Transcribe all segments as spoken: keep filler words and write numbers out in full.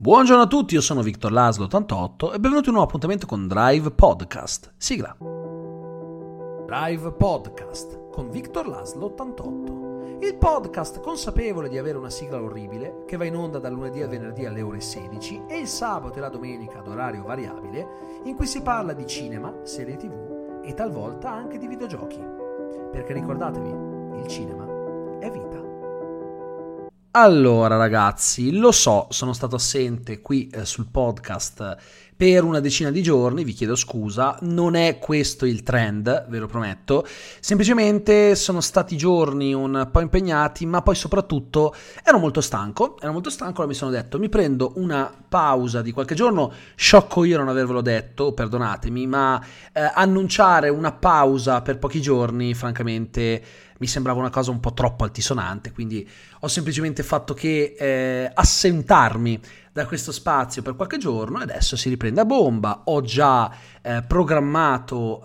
Buongiorno a tutti, io sono Victor Laszlo ottantotto e benvenuti in un nuovo appuntamento con Drive Podcast. Sigla. Drive Podcast con Victor Laszlo ottantotto. Il podcast consapevole di avere una sigla orribile che va in onda dal lunedì al venerdì alle ore sedici e il sabato e la domenica ad orario variabile, in cui si parla di cinema, serie tv e talvolta anche di videogiochi. Perché ricordatevi, il cinema è vita. Allora ragazzi, lo so, sono stato assente qui eh, sul podcast per una decina di giorni, vi chiedo scusa, non è questo il trend, ve lo prometto, semplicemente sono stati giorni un po' impegnati, ma poi soprattutto ero molto stanco, ero molto stanco, allora mi sono detto mi prendo una pausa di qualche giorno, sciocco io non avervelo detto, perdonatemi, ma eh, annunciare una pausa per pochi giorni, francamente mi sembrava una cosa un po' troppo altisonante, quindi ho semplicemente fatto che eh, assentarmi da questo spazio per qualche giorno e adesso si riprende a bomba. Ho già eh, programmato eh,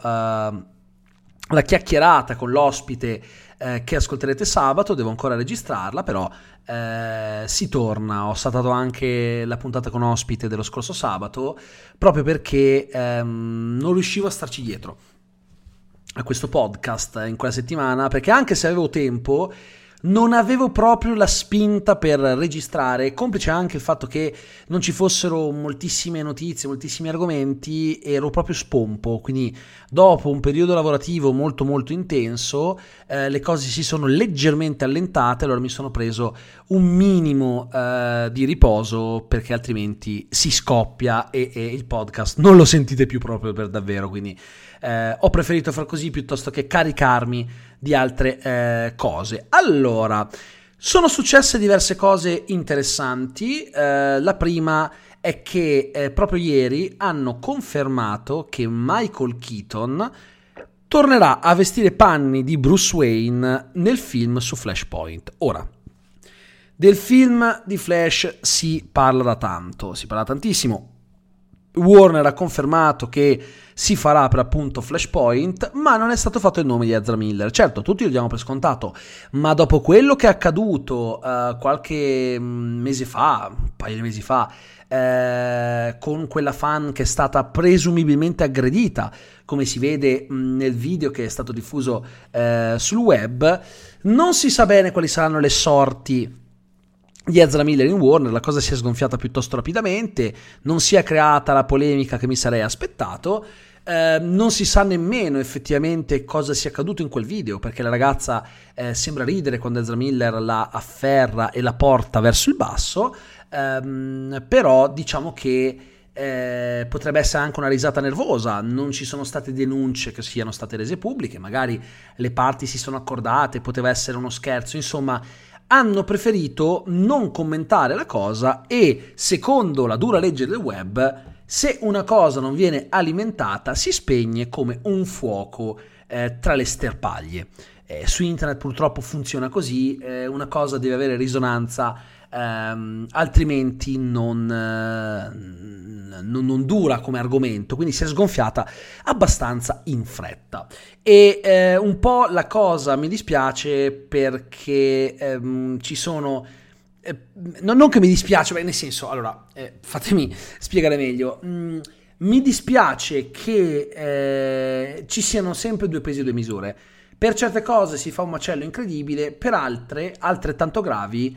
la chiacchierata con l'ospite eh, che ascolterete sabato, devo ancora registrarla, però eh, si torna. Ho saltato anche la puntata con ospite dello scorso sabato proprio perché ehm, non riuscivo a starci dietro a questo podcast in quella settimana, perché anche se avevo tempo non avevo proprio la spinta per registrare, complice anche il fatto che non ci fossero moltissime notizie, moltissimi argomenti, ero proprio spompo, quindi dopo un periodo lavorativo molto molto intenso eh, le cose si sono leggermente allentate, allora mi sono preso un minimo eh, di riposo perché altrimenti si scoppia e, e il podcast non lo sentite più proprio per davvero, quindi eh, ho preferito far così piuttosto che caricarmi di altre eh, cose. Allora, sono successe diverse cose interessanti. Eh, la prima è che eh, proprio ieri hanno confermato che Michael Keaton tornerà a vestire panni di Bruce Wayne nel film su Flashpoint. Ora, del film di Flash si parla da tanto, si parla tantissimo. Warner ha confermato che si farà per appunto Flashpoint, ma non è stato fatto il nome di Ezra Miller. Certo, tutti lo diamo per scontato, ma dopo quello che è accaduto uh, qualche mese fa, un paio di mesi fa, eh, con quella fan che è stata presumibilmente aggredita, come si vede mh, nel video che è stato diffuso eh, sul web, non si sa bene quali saranno le sorti di Ezra Miller in Warner. La cosa si è sgonfiata piuttosto rapidamente, non si è creata la polemica che mi sarei aspettato, eh, non si sa nemmeno effettivamente cosa sia accaduto in quel video, perché la ragazza eh, sembra ridere quando Ezra Miller la afferra e la porta verso il basso, ehm, però diciamo che Eh, potrebbe essere anche una risata nervosa, non ci sono state denunce che siano state rese pubbliche, magari le parti si sono accordate, poteva essere uno scherzo, insomma hanno preferito non commentare la cosa e, secondo la dura legge del web, se una cosa non viene alimentata si spegne come un fuoco eh, tra le sterpaglie. Eh, su internet purtroppo funziona così, eh, una cosa deve avere risonanza, ehm, altrimenti non, eh, non, non dura come argomento, quindi si è sgonfiata abbastanza in fretta. E eh, un po' la cosa mi dispiace perché ehm, ci sono eh, non, non che mi dispiace, beh, nel senso, allora eh, fatemi spiegare meglio. Mm, mi dispiace che eh, ci siano sempre due pesi e due misure. Per certe cose si fa un macello incredibile, per altre, altrettanto gravi,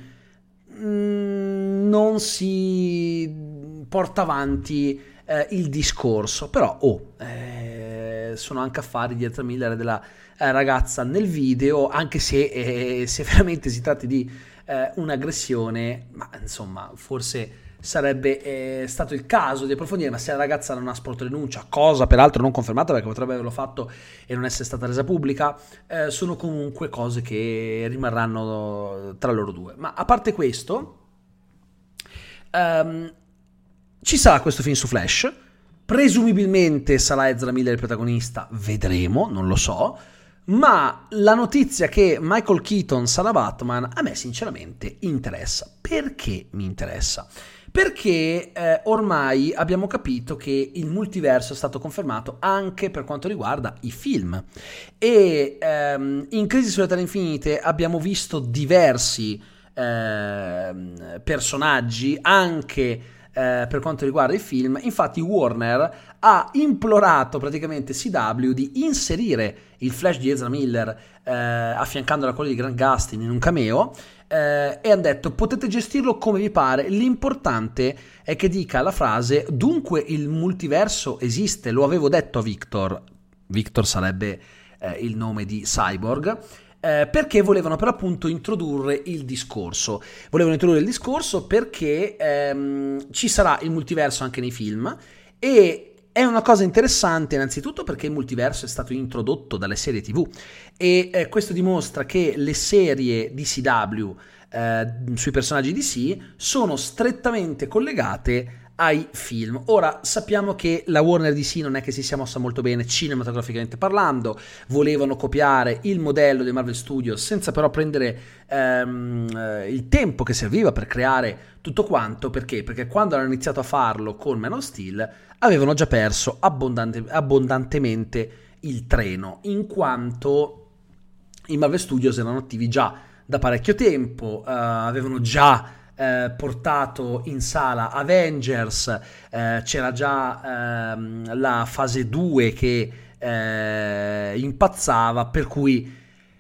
mh, non si porta avanti eh, il discorso. Però, oh, eh, sono anche affari di Ezra Miller e della eh, ragazza nel video, anche se, eh, se veramente si tratti di eh, un'aggressione, ma insomma, forse sarebbe eh, stato il caso di approfondire, ma se la ragazza non ha sporto denuncia, cosa peraltro non confermata perché potrebbe averlo fatto e non essere stata resa pubblica, eh, sono comunque cose che rimarranno tra loro due. Ma a parte questo, um, ci sarà questo film su Flash, presumibilmente sarà Ezra Miller il protagonista, vedremo, non lo so, ma la notizia che Michael Keaton sarà Batman a me sinceramente interessa. Perché mi interessa? Perché eh, ormai abbiamo capito che il multiverso è stato confermato anche per quanto riguarda i film e ehm, in Crisi sulle Terre Infinite abbiamo visto diversi eh, personaggi anche eh, per quanto riguarda i film. Infatti Warner ha implorato praticamente C W di inserire il Flash di Ezra Miller eh, affiancandolo a quello di Grant Gustin in un cameo, eh, e hanno detto: potete gestirlo come vi pare, l'importante è che dica la frase dunque il multiverso esiste, lo avevo detto a Victor. Victor sarebbe eh, il nome di Cyborg. Eh, perché volevano per appunto introdurre il discorso volevano introdurre il discorso perché ehm, ci sarà il multiverso anche nei film, e è una cosa interessante innanzitutto perché il multiverso è stato introdotto dalle serie tv, e eh, questo dimostra che le serie di C W eh, sui personaggi D C sono strettamente collegate ai film. Ora sappiamo che la Warner D C non è che si sia mossa molto bene cinematograficamente parlando, volevano copiare il modello dei Marvel Studios senza però prendere ehm, il tempo che serviva per creare tutto quanto. Perché? Perché quando hanno iniziato a farlo con Man of Steel avevano già perso abbondante, abbondantemente il treno, in quanto i Marvel Studios erano attivi già da parecchio tempo, eh, avevano già Eh, portato in sala Avengers, eh, c'era già ehm, la fase due che eh, impazzava, per cui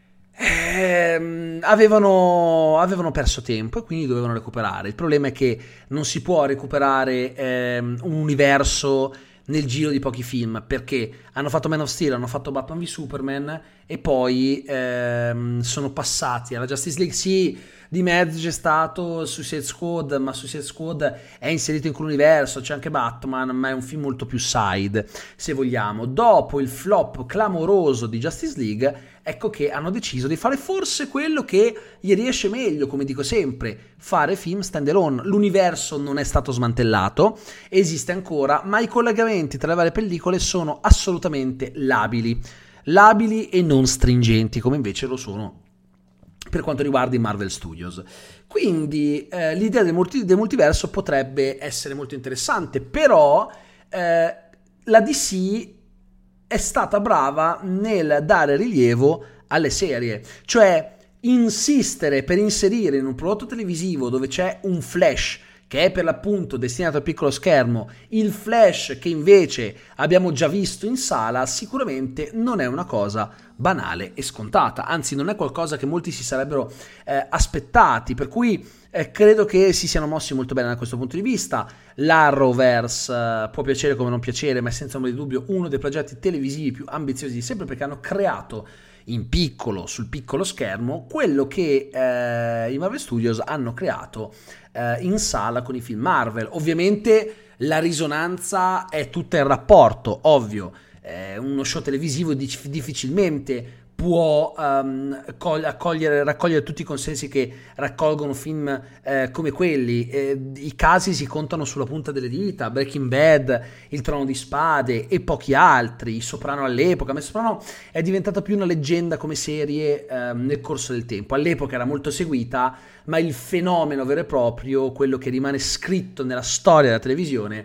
ehm, avevano, avevano perso tempo e quindi dovevano recuperare. Il problema è che non si può recuperare ehm, un universo nel giro di pochi film, perché hanno fatto Man of Steel, hanno fatto Batman v Superman e poi ehm, sono passati alla Justice League. Sì, di mezzo c'è stato Suicide Squad, ma Suicide Squad è inserito in quell'universo, c'è anche Batman, ma è un film molto più side, se vogliamo. Dopo il flop clamoroso di Justice League, ecco che hanno deciso di fare forse quello che gli riesce meglio, come dico sempre, fare film stand alone. L'universo non è stato smantellato, esiste ancora, ma i collegamenti tra le varie pellicole sono assolutamente labili, labili e non stringenti, come invece lo sono per quanto riguarda i Marvel Studios. Quindi eh, l'idea del, multi- del multiverso potrebbe essere molto interessante, però eh, la D C è stata brava nel dare rilievo alle serie, cioè insistere per inserire in un prodotto televisivo dove c'è un Flash che è per l'appunto destinato al piccolo schermo, il Flash che invece abbiamo già visto in sala, sicuramente non è una cosa banale e scontata, anzi non è qualcosa che molti si sarebbero eh, aspettati, per cui eh, credo che si siano mossi molto bene da questo punto di vista. L'Arrowverse eh, può piacere come non piacere, ma è senza ombra di dubbio uno dei progetti televisivi più ambiziosi di sempre, perché hanno creato in piccolo, sul piccolo schermo, quello che eh, i Marvel Studios hanno creato eh, in sala con i film Marvel. Ovviamente la risonanza è tutta il rapporto, ovvio, eh, uno show televisivo dif- difficilmente può um, accogliere, raccogliere tutti i consensi che raccolgono film eh, come quelli. Eh, i casi si contano sulla punta delle dita: Breaking Bad, Il Trono di Spade e pochi altri. I Soprano all'epoca, ma Soprano è diventata più una leggenda come serie eh, nel corso del tempo. All'epoca era molto seguita, ma il fenomeno vero e proprio, quello che rimane scritto nella storia della televisione,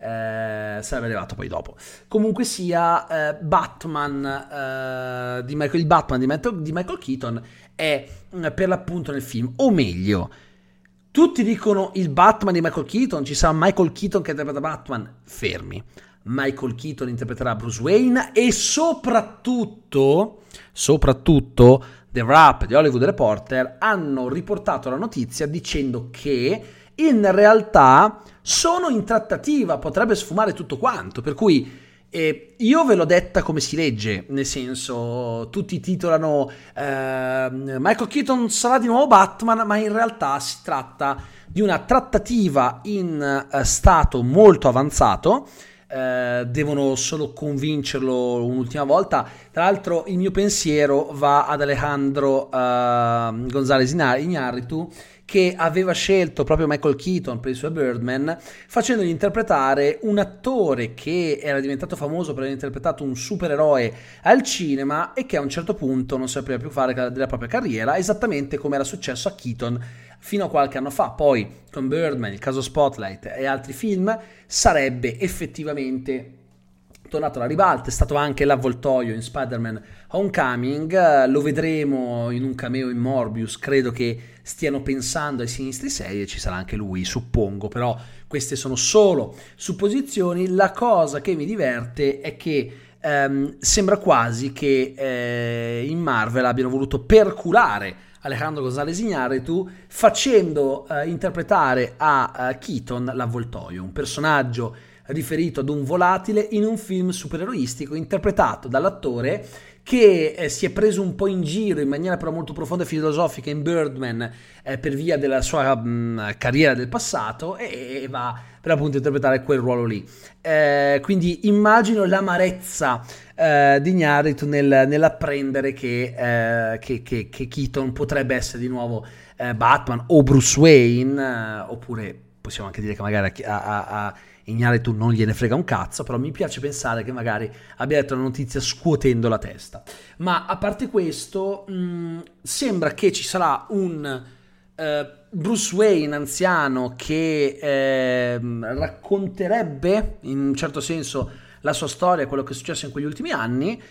Eh, sarebbe arrivato poi dopo. Comunque sia, eh, Batman eh, di Michael, il Batman di Michael, di Michael Keaton è eh, per l'appunto nel film, o meglio, tutti dicono il Batman di Michael Keaton, ci sarà Michael Keaton che interpreta Batman. Fermi, Michael Keaton interpreterà Bruce Wayne, e soprattutto soprattutto The Wrap di Hollywood Reporter hanno riportato la notizia dicendo che in realtà sono in trattativa, potrebbe sfumare tutto quanto, per cui eh, io ve l'ho detta come si legge, nel senso, tutti titolano eh, Michael Keaton sarà di nuovo Batman, ma in realtà si tratta di una trattativa in eh, stato molto avanzato. Eh, devono solo convincerlo un'ultima volta. Tra l'altro il mio pensiero va ad Alejandro eh, González Iñárritu, che aveva scelto proprio Michael Keaton per il suo Birdman, facendogli interpretare un attore che era diventato famoso per aver interpretato un supereroe al cinema e che a un certo punto non sapeva più fare della propria carriera, esattamente come era successo a Keaton fino a qualche anno fa. Poi con Birdman, il caso Spotlight e altri film sarebbe effettivamente tornato alla ribalta, è stato anche l'avvoltoio in Spider-Man Homecoming, lo vedremo in un cameo in Morbius, credo che stiano pensando ai sinistri sei e ci sarà anche lui, suppongo, però queste sono solo supposizioni. La cosa che mi diverte è che ehm, sembra quasi che eh, in Marvel abbiano voluto perculare Alejandro González Iñárritu facendo eh, interpretare a, a Keaton l'avvoltoio, un personaggio riferito ad un volatile in un film supereroistico interpretato dall'attore che eh, si è preso un po' in giro in maniera però molto profonda e filosofica in Birdman eh, per via della sua mh, carriera del passato e, e va per appunto interpretare quel ruolo lì. Eh, quindi immagino l'amarezza eh, di Iñárritu nel, nell'apprendere che, eh, che, che, che Keaton potrebbe essere di nuovo eh, Batman o Bruce Wayne, eh, oppure possiamo anche dire che magari a, a, a Iñárritu non gliene frega un cazzo, però mi piace pensare che magari abbia detto la notizia scuotendo la testa. Ma a parte questo, mh, sembra che ci sarà un uh, Bruce Wayne anziano che eh, racconterebbe in un certo senso la sua storia, quello che è successo in quegli ultimi anni,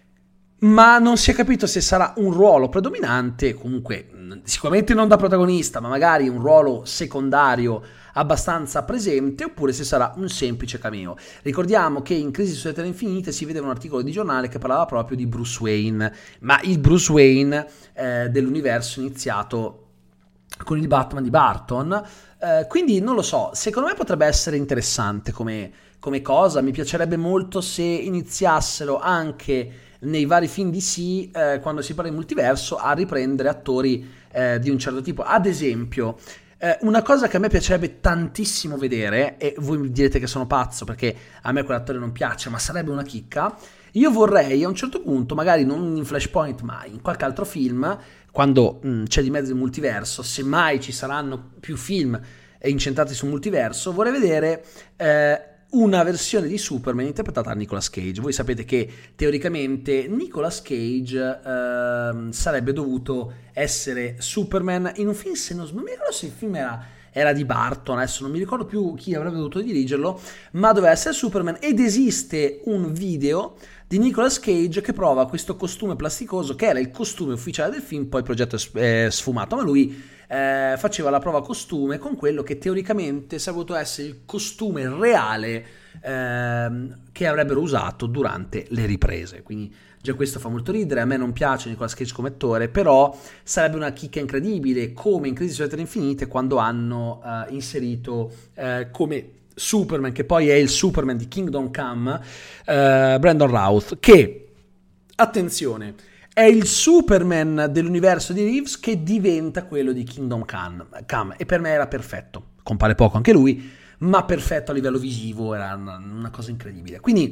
ma non si è capito se sarà un ruolo predominante, comunque sicuramente non da protagonista, ma magari un ruolo secondario abbastanza presente, oppure se sarà un semplice cameo. Ricordiamo che in Crisi sulle Terre Infinite si vedeva un articolo di giornale che parlava proprio di Bruce Wayne, ma il Bruce Wayne eh, dell'universo iniziato con il Batman di Burton, eh, quindi non lo so, secondo me potrebbe essere interessante come, come cosa. Mi piacerebbe molto se iniziassero anche nei vari film D C, eh, quando si parla di multiverso, a riprendere attori eh, di un certo tipo. Ad esempio, eh, una cosa che a me piacerebbe tantissimo vedere, e voi mi direte che sono pazzo perché a me quell'attore non piace, ma sarebbe una chicca, io vorrei a un certo punto, magari non in Flashpoint ma in qualche altro film, quando mh, c'è di mezzo il multiverso, semmai ci saranno più film incentrati sul multiverso, vorrei vedere eh, una versione di Superman interpretata da Nicolas Cage. Voi sapete che teoricamente Nicolas Cage eh, sarebbe dovuto essere Superman in un film, se non, non mi ricordo se il film era, era di Burton, adesso non mi ricordo più chi avrebbe dovuto dirigerlo, ma doveva essere Superman, ed esiste un video di Nicolas Cage che prova questo costume plasticoso che era il costume ufficiale del film, poi il progetto è sfumato, ma lui eh, faceva la prova costume con quello che teoricamente sarebbe dovuto essere il costume reale eh, che avrebbero usato durante le riprese. Quindi già questo fa molto ridere. A me non piace Nicolas Cage come attore, però sarebbe una chicca incredibile, come in Crisi sulle Terre Infinite, quando hanno eh, inserito eh, come Superman, che poi è il Superman di Kingdom Come, eh, Brandon Routh, che, attenzione, è il Superman dell'universo di Reeves che diventa quello di Kingdom Come, e per me era perfetto. Compare poco anche lui, ma perfetto a livello visivo, era una, una cosa incredibile. Quindi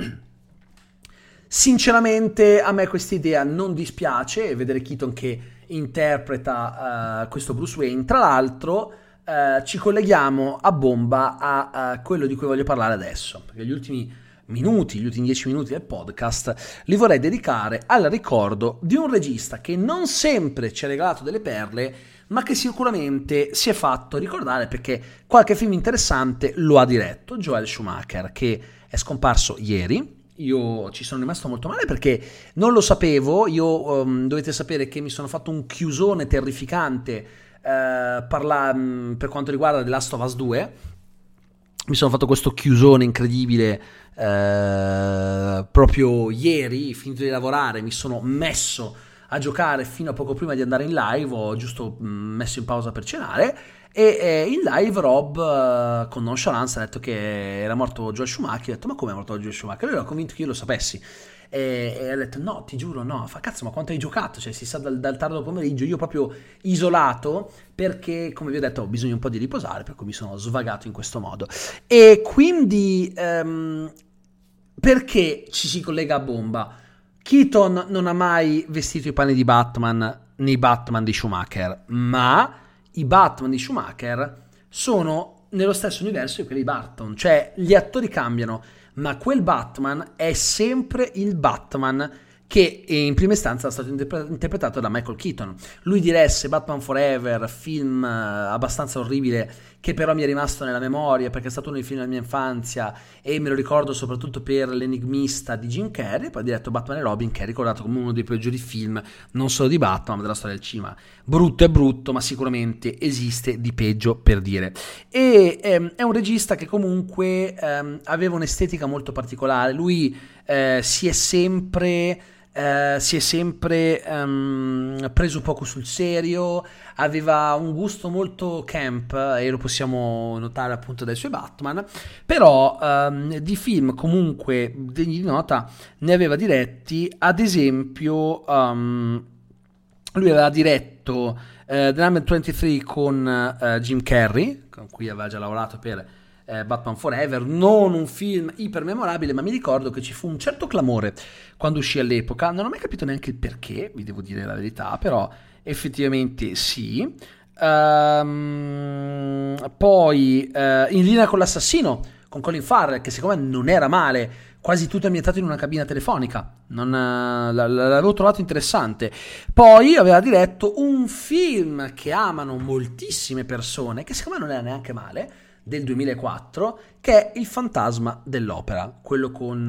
sinceramente a me questa idea non dispiace, vedere Keaton che interpreta uh, questo Bruce Wayne. Tra l'altro Uh, ci colleghiamo a bomba a, a quello di cui voglio parlare adesso, perché gli ultimi minuti, gli ultimi dieci minuti del podcast li vorrei dedicare al ricordo di un regista che non sempre ci ha regalato delle perle, ma che sicuramente si è fatto ricordare perché qualche film interessante lo ha diretto, Joel Schumacher, che è scomparso ieri. Io ci sono rimasto molto male perché non lo sapevo. Io um, dovete sapere che mi sono fatto un chiusone terrificante Uh, parla, um, per quanto riguarda The Last of Us due. Mi sono fatto questo chiusone incredibile uh, proprio ieri, finito di lavorare, mi sono messo a giocare fino a poco prima di andare in live, ho giusto um, messo in pausa per cenare, e eh, in live Rob uh, con nonchalance ha detto che era morto Joel Schumacher. Ho detto: ma come è morto Joel Schumacher? Lui era convinto che io lo sapessi, e, e ha detto: no, ti giuro, no. Fa: cazzo, ma quanto hai giocato? Cioè, si sa dal, dal tardo pomeriggio, io proprio isolato, perché come vi ho detto ho bisogno un po' di riposare, per cui mi sono svagato in questo modo. E quindi um, perché ci si collega a bomba? Keaton non ha mai vestito i panni di Batman nei Batman di Schumacher, ma i Batman di Schumacher sono nello stesso universo di quelli di Burton, cioè gli attori cambiano, ma quel Batman è sempre il Batman che in prima istanza è stato interpre- interpretato da Michael Keaton. Lui diresse Batman Forever, film abbastanza orribile che però mi è rimasto nella memoria perché è stato uno dei film della mia infanzia e me lo ricordo soprattutto per l'enigmista di Jim Carrey. Poi ha diretto Batman e Robin, che è ricordato come uno dei peggiori film non solo di Batman ma della storia del cinema. Brutto è brutto, ma sicuramente esiste di peggio, per dire. E ehm, è un regista che comunque ehm, aveva un'estetica molto particolare. Lui eh, si è sempre eh, si è sempre ehm, preso poco sul serio, aveva un gusto molto camp e lo possiamo notare appunto dai suoi Batman, però ehm, di film comunque degni di nota ne aveva diretti. Ad esempio um, lui aveva diretto eh, The Number ventitré con eh, Jim Carrey, con cui aveva già lavorato per eh, Batman Forever, non un film iper memorabile, ma mi ricordo che ci fu un certo clamore quando uscì all'epoca. Non ho mai capito neanche il perché, vi devo dire la verità, però effettivamente sì. Um, poi uh, In linea con l'assassino con Colin Farrell, che secondo me non era male, quasi tutto ambientato in una cabina telefonica, non, uh, l- l- l'avevo trovato interessante. Poi aveva diretto un film che amano moltissime persone, che secondo me non era neanche male, del duemilaquattro, che è Il fantasma dell'opera, quello con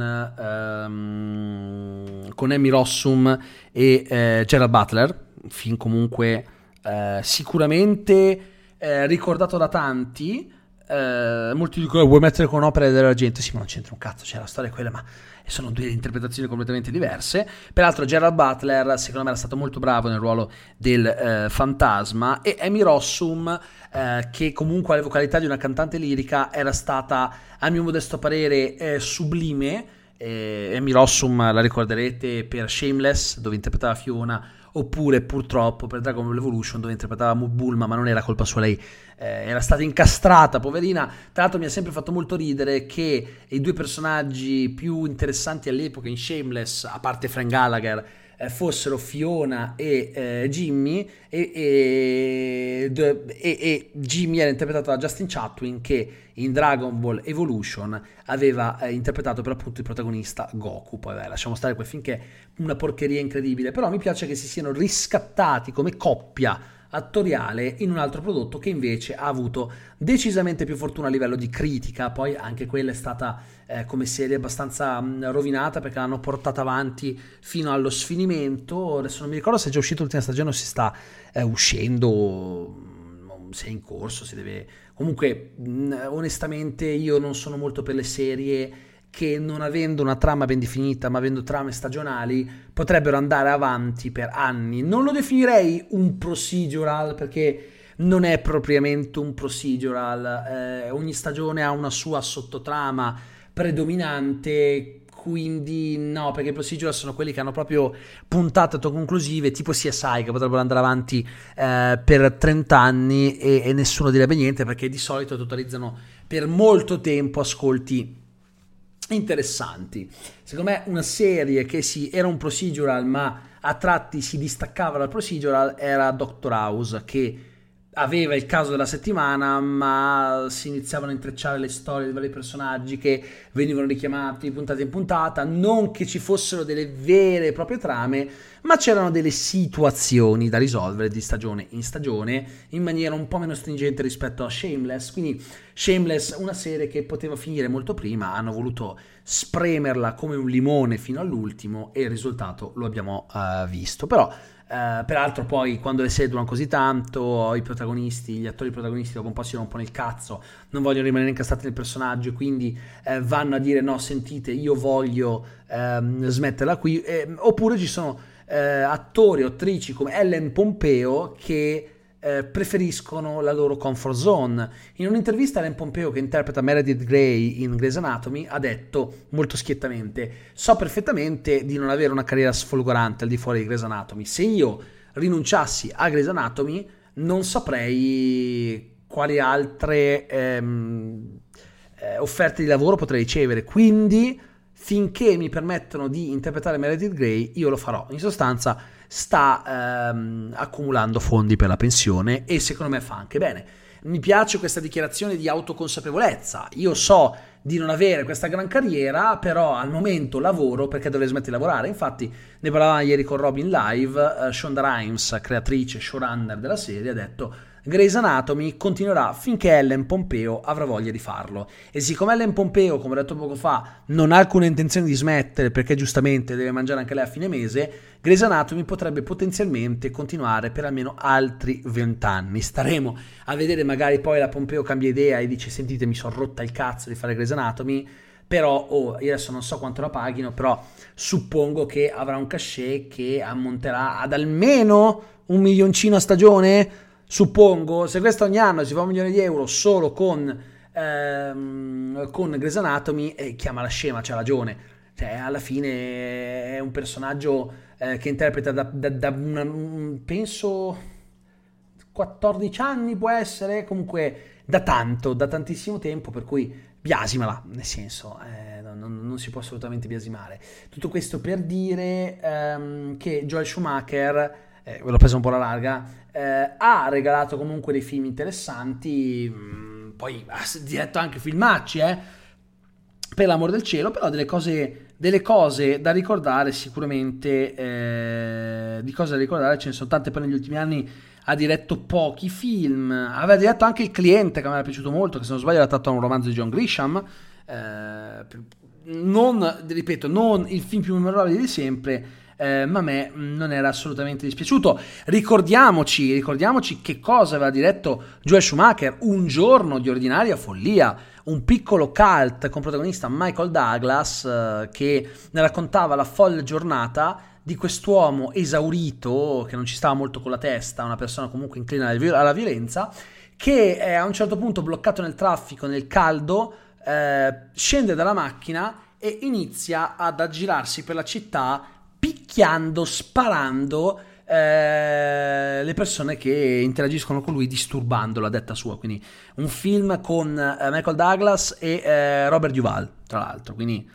um, con Emmy Rossum e eh, Gerald Butler, un film comunque eh, sicuramente eh, ricordato da tanti. Eh, molti dicono vuoi mettere con opera della gente, sì, ma non c'entra un cazzo, c'è la storia quella, ma sono due interpretazioni completamente diverse. Peraltro Gerald Butler secondo me era stato molto bravo nel ruolo del eh, fantasma, e Emmy Rossum eh, che comunque ha le vocalità di una cantante lirica era stata, a mio modesto parere, eh, sublime. eh, Emmy Rossum la ricorderete per Shameless, dove interpretava Fiona, oppure purtroppo per Dragon Ball Evolution, dove interpretava Bulma, ma non era colpa sua, lei eh, era stata incastrata, poverina. Tra l'altro mi ha sempre fatto molto ridere che i due personaggi più interessanti all'epoca in Shameless, a parte Frank Gallagher, eh, fossero Fiona e eh, Jimmy, e, e, e, e Jimmy era interpretato da Justin Chatwin, che in Dragon Ball Evolution aveva eh, interpretato per appunto il protagonista Goku. Poi beh, lasciamo stare quel film che è una porcheria incredibile, però mi piace che si siano riscattati come coppia attoriale in un altro prodotto che invece ha avuto decisamente più fortuna a livello di critica. Poi anche quella è stata eh, come serie abbastanza mh, rovinata, perché l'hanno portata avanti fino allo sfinimento. Adesso non mi ricordo se è già uscito l'ultima stagione o si sta eh, uscendo, se è in corso, si deve... Comunque mh, onestamente io non sono molto per le serie che, non avendo una trama ben definita ma avendo trame stagionali, potrebbero andare avanti per anni. Non lo definirei un procedural, perché non è propriamente un procedural, eh, ogni stagione ha una sua sottotrama predominante, quindi no, perché i procedural sono quelli che hanno proprio puntate autoconclusive, tipo C S I, che potrebbero andare avanti eh, per trenta anni e, e nessuno direbbe niente, perché di solito totalizzano per molto tempo ascolti interessanti. Secondo me una serie che si, era un procedural ma a tratti si distaccava dal procedural era Doctor House, che aveva il caso della settimana ma si iniziavano a intrecciare le storie dei vari personaggi che venivano richiamati puntata in puntata, non che ci fossero delle vere e proprie trame, ma c'erano delle situazioni da risolvere di stagione in stagione in maniera un po' meno stringente rispetto a Shameless. Quindi Shameless, una serie che poteva finire molto prima, hanno voluto spremerla come un limone fino all'ultimo e il risultato lo abbiamo uh, visto. Però Uh, peraltro poi quando le serie durano così tanto, i protagonisti, gli attori protagonisti dopo un po' si rompono il cazzo, non vogliono rimanere incastati nel personaggio e quindi uh, vanno a dire no, sentite, io voglio uh, smetterla qui, eh, oppure ci sono uh, attori o attrici come Ellen Pompeo che Eh, preferiscono la loro comfort zone. In un'intervista Ellen Pompeo, che interpreta Meredith Grey in Grey's Anatomy, ha detto molto schiettamente: so perfettamente di non avere una carriera sfolgorante al di fuori di Grey's Anatomy. Se io rinunciassi a Grey's Anatomy non saprei quali altre ehm, eh, offerte di lavoro potrei ricevere, quindi finché mi permettono di interpretare Meredith Grey io lo farò. In sostanza sta ehm, accumulando fondi per la pensione e secondo me fa anche bene. Mi piace questa dichiarazione di autoconsapevolezza. Io so di non avere questa gran carriera, però al momento lavoro perché dovrei smettere di lavorare. Infatti ne parlavamo ieri con Robin live, uh, Shonda Rhimes, creatrice, showrunner della serie, ha detto Grey's Anatomy continuerà finché Ellen Pompeo avrà voglia di farlo, e siccome Ellen Pompeo, come ho detto poco fa, non ha alcuna intenzione di smettere perché giustamente deve mangiare anche lei a fine mese, Grey's Anatomy potrebbe potenzialmente continuare per almeno altri vent'anni. Staremo a vedere, magari poi la Pompeo cambia idea e dice sentite mi sono rotta il cazzo di fare Grey's Anatomy, però oh, io adesso non so quanto la paghino, però suppongo che avrà un cachet che ammonterà ad almeno un milioncino a stagione. Suppongo, se questo ogni anno si fa un milione di euro solo con, ehm, con Grey's Anatomy, eh, chiama la scema, c'ha ragione. Cioè, alla fine è un personaggio eh, che interpreta da, da, da una, penso quattordici anni, può essere, comunque da tanto, da tantissimo tempo, per cui biasimala, nel senso, eh, non, non si può assolutamente biasimare. Tutto questo per dire ehm, che Joel Schumacher, eh, ve l'ho presa un po' alla larga, Eh, ha regalato comunque dei film interessanti, mh, poi ha diretto anche filmacci, eh, per l'amor del cielo, però delle cose, delle cose da ricordare sicuramente, eh, di cose da ricordare ce ne sono tante. Poi negli ultimi anni ha diretto pochi film, aveva diretto anche Il cliente, che mi era piaciuto molto, che se non sbaglio era tratto da un romanzo di John Grisham, eh, non, ripeto, non il film più memorabile di sempre, Eh, ma a me non era assolutamente dispiaciuto. Ricordiamoci, ricordiamoci che cosa aveva diretto Joel Schumacher: Un giorno di ordinaria follia, un piccolo cult con protagonista Michael Douglas, eh, che ne raccontava la folle giornata di quest'uomo esaurito, che non ci stava molto con la testa, una persona comunque inclina alla violenza, che è a un certo punto bloccato nel traffico, nel caldo, eh, scende dalla macchina e inizia ad aggirarsi per la città picchiando, sparando eh, le persone che interagiscono con lui, disturbandolo a detta sua. Quindi un film con eh, Michael Douglas e eh, Robert Duvall, tra l'altro, quindi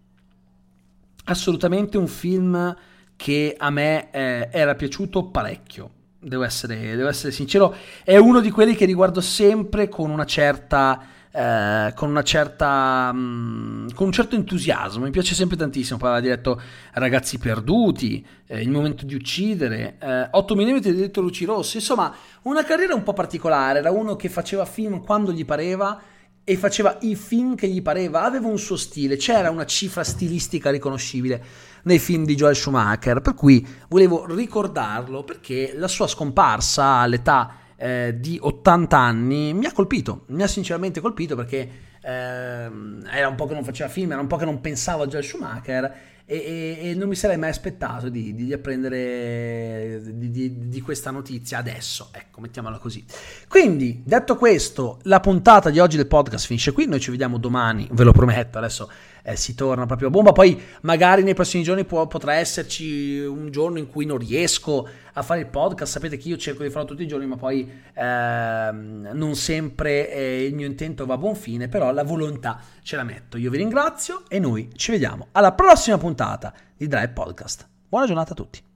assolutamente un film che a me eh, era piaciuto parecchio, devo essere, devo essere sincero. È uno di quelli che riguardo sempre con una certa Eh, con una certa mh, con un certo entusiasmo. Mi piace sempre tantissimo. Poi aveva diretto Ragazzi perduti, eh, Il momento di uccidere, eh, otto millimetri di delitto luci rosse. Insomma, una carriera un po' particolare. Era uno che faceva film quando gli pareva e faceva i film che gli pareva. Aveva un suo stile, c'era una cifra stilistica riconoscibile nei film di Joel Schumacher, per cui volevo ricordarlo, perché la sua scomparsa all'età Eh, di ottanta anni mi ha colpito, mi ha sinceramente colpito, perché eh, era un po' che non faceva film, era un po' che non pensavo a Joel Schumacher, e, e, e non mi sarei mai aspettato di, di apprendere di, di, di questa notizia adesso, ecco, mettiamola così. Quindi, detto questo, la puntata di oggi del podcast finisce qui. Noi ci vediamo domani, ve lo prometto. Adesso eh, si torna proprio a bomba. Poi magari nei prossimi giorni può, potrà esserci un giorno in cui non riesco a fare il podcast. Sapete che io cerco di farlo tutti i giorni, ma poi ehm, non sempre eh, il mio intento va a buon fine, però la volontà ce la metto. Io vi ringrazio e noi ci vediamo alla prossima puntata di Drive Podcast. Buona giornata a tutti.